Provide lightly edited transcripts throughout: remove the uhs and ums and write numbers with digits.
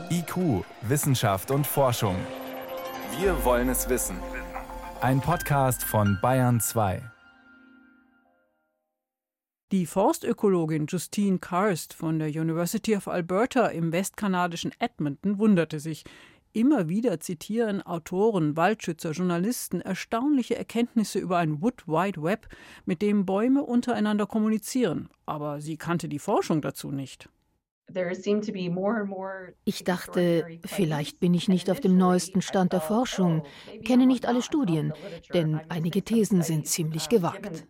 IQ, Wissenschaft und Forschung. Wir wollen es wissen. Ein Podcast von Bayern 2. Die Forstökologin Justine Karst von der University of Alberta im westkanadischen Edmonton wunderte sich. Immer wieder zitieren Autoren, Waldschützer, Journalisten erstaunliche Erkenntnisse über ein Wood Wide Web, mit dem Bäume untereinander kommunizieren. Aber sie kannte die Forschung dazu nicht. Ich dachte, vielleicht bin ich nicht auf dem neuesten Stand der Forschung, kenne nicht alle Studien, denn einige Thesen sind ziemlich gewagt.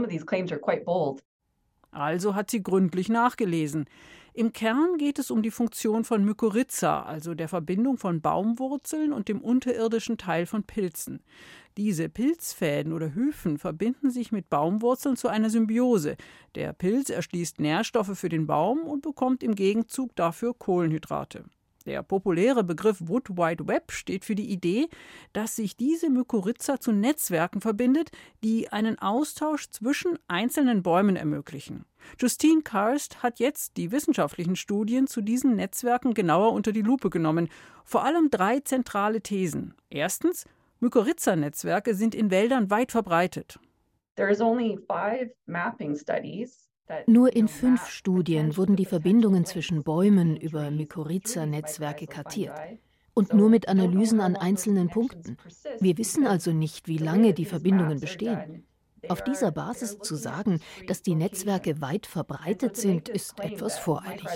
Also hat sie gründlich nachgelesen. Im Kern geht es um die Funktion von Mykorrhiza, also der Verbindung von Baumwurzeln und dem unterirdischen Teil von Pilzen. Diese Pilzfäden oder Hyphen verbinden sich mit Baumwurzeln zu einer Symbiose. Der Pilz erschließt Nährstoffe für den Baum und bekommt im Gegenzug dafür Kohlenhydrate. Der populäre Begriff Wood Wide Web steht für die Idee, dass sich diese Mykorrhiza zu Netzwerken verbindet, die einen Austausch zwischen einzelnen Bäumen ermöglichen. Justine Karst hat jetzt die wissenschaftlichen Studien zu diesen Netzwerken genauer unter die Lupe genommen. Vor allem 3 zentrale Thesen. Erstens, Mykorrhiza-Netzwerke sind in Wäldern weit verbreitet. Nur in 5 Studien wurden die Verbindungen zwischen Bäumen über Mykorrhiza-Netzwerke kartiert. Und nur mit Analysen an einzelnen Punkten. Wir wissen also nicht, wie lange die Verbindungen bestehen. Auf dieser Basis zu sagen, dass die Netzwerke weit verbreitet sind, ist etwas voreilig.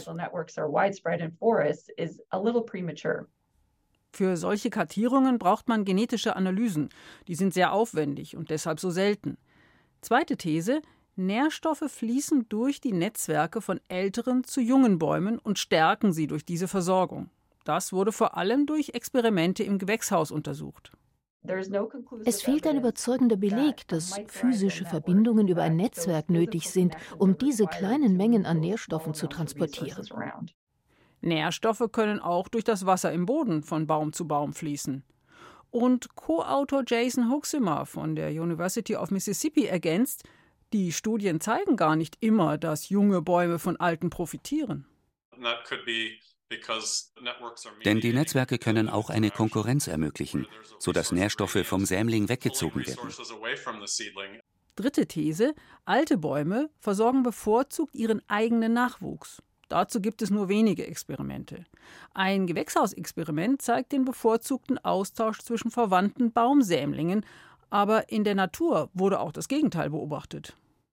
Für solche Kartierungen braucht man genetische Analysen. Die sind sehr aufwendig und deshalb so selten. Zweite These: Nährstoffe fließen durch die Netzwerke von älteren zu jungen Bäumen und stärken sie durch diese Versorgung. Das wurde vor allem durch Experimente im Gewächshaus untersucht. Es fehlt ein überzeugender Beleg, dass physische Verbindungen über ein Netzwerk nötig sind, um diese kleinen Mengen an Nährstoffen zu transportieren. Nährstoffe können auch durch das Wasser im Boden von Baum zu Baum fließen. Und Co-Autor Jason Hoeksema von der University of Mississippi ergänzt: Die Studien zeigen gar nicht immer, dass junge Bäume von alten profitieren. Denn die Netzwerke können auch eine Konkurrenz ermöglichen, sodass Nährstoffe vom Sämling weggezogen werden. Dritte These: Alte Bäume versorgen bevorzugt ihren eigenen Nachwuchs. Dazu gibt es nur wenige Experimente. Ein Gewächshausexperiment zeigt den bevorzugten Austausch zwischen verwandten Baumsämlingen, aber in der Natur wurde auch das Gegenteil beobachtet.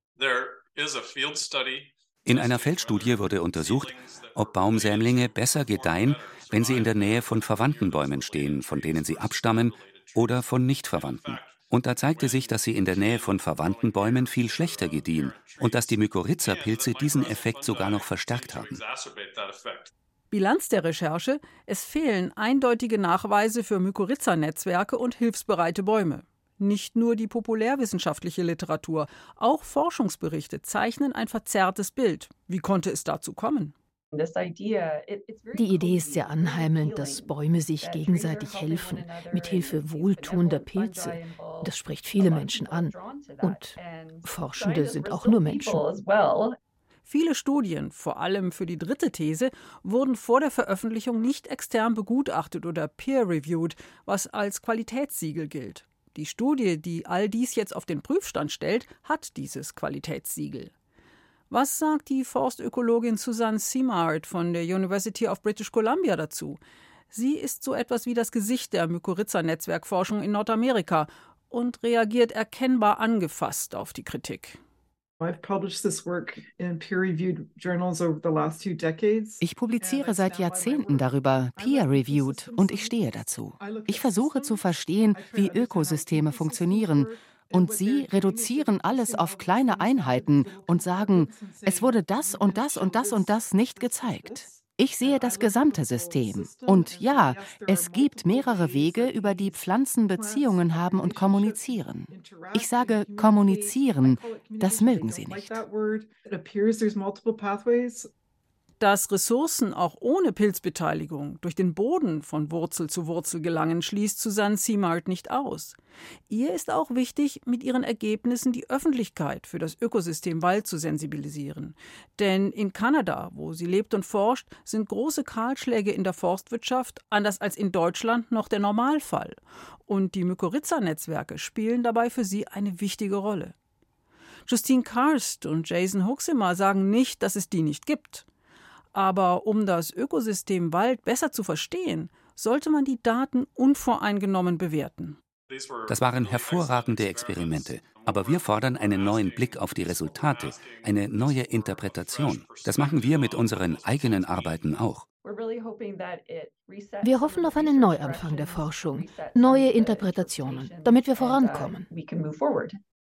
In einer Feldstudie wurde untersucht, ob Baumsämlinge besser gedeihen, wenn sie in der Nähe von verwandten Bäumen stehen, von denen sie abstammen, oder von Nicht-Verwandten. Und da zeigte sich, dass sie in der Nähe von verwandten Bäumen viel schlechter gediehen und dass die Mykorrhiza-Pilze diesen Effekt sogar noch verstärkt haben. Bilanz der Recherche: Es fehlen eindeutige Nachweise für Mykorrhiza-Netzwerke und hilfsbereite Bäume. Nicht nur die populärwissenschaftliche Literatur, auch Forschungsberichte zeichnen ein verzerrtes Bild. Wie konnte es dazu kommen? Die Idee ist sehr anheimelnd, dass Bäume sich gegenseitig helfen, mit Hilfe wohltuender Pilze. Das spricht viele Menschen an. Und Forschende sind auch nur Menschen. Viele Studien, vor allem für die dritte These, wurden vor der Veröffentlichung nicht extern begutachtet oder peer-reviewed, was als Qualitätssiegel gilt. Die Studie, die all dies jetzt auf den Prüfstand stellt, hat dieses Qualitätssiegel. Was sagt die Forstökologin Suzanne Simard von der University of British Columbia dazu? Sie ist so etwas wie das Gesicht der Mykorrhiza-Netzwerkforschung in Nordamerika und reagiert erkennbar angefasst auf die Kritik. Ich publiziere seit Jahrzehnten darüber, peer-reviewed, und ich stehe dazu. Ich versuche zu verstehen, wie Ökosysteme funktionieren. Und sie reduzieren alles auf kleine Einheiten und sagen, es wurde das und das und das und das nicht gezeigt. Ich sehe das gesamte System. Und ja, es gibt mehrere Wege, über die Pflanzen Beziehungen haben und kommunizieren. Ich sage kommunizieren, das mögen sie nicht. Dass Ressourcen auch ohne Pilzbeteiligung durch den Boden von Wurzel zu Wurzel gelangen, schließt Suzanne Simard nicht aus. Ihr ist auch wichtig, mit ihren Ergebnissen die Öffentlichkeit für das Ökosystem Wald zu sensibilisieren. Denn in Kanada, wo sie lebt und forscht, sind große Kahlschläge in der Forstwirtschaft, anders als in Deutschland, noch der Normalfall. Und die Mykorrhiza-Netzwerke spielen dabei für sie eine wichtige Rolle. Justine Karst und Jason Hoeksema sagen nicht, dass es die nicht gibt. Aber um das Ökosystem Wald besser zu verstehen, sollte man die Daten unvoreingenommen bewerten. Das waren hervorragende Experimente. Aber wir fordern einen neuen Blick auf die Resultate, eine neue Interpretation. Das machen wir mit unseren eigenen Arbeiten auch. Wir hoffen auf einen Neuanfang der Forschung, neue Interpretationen, damit wir vorankommen.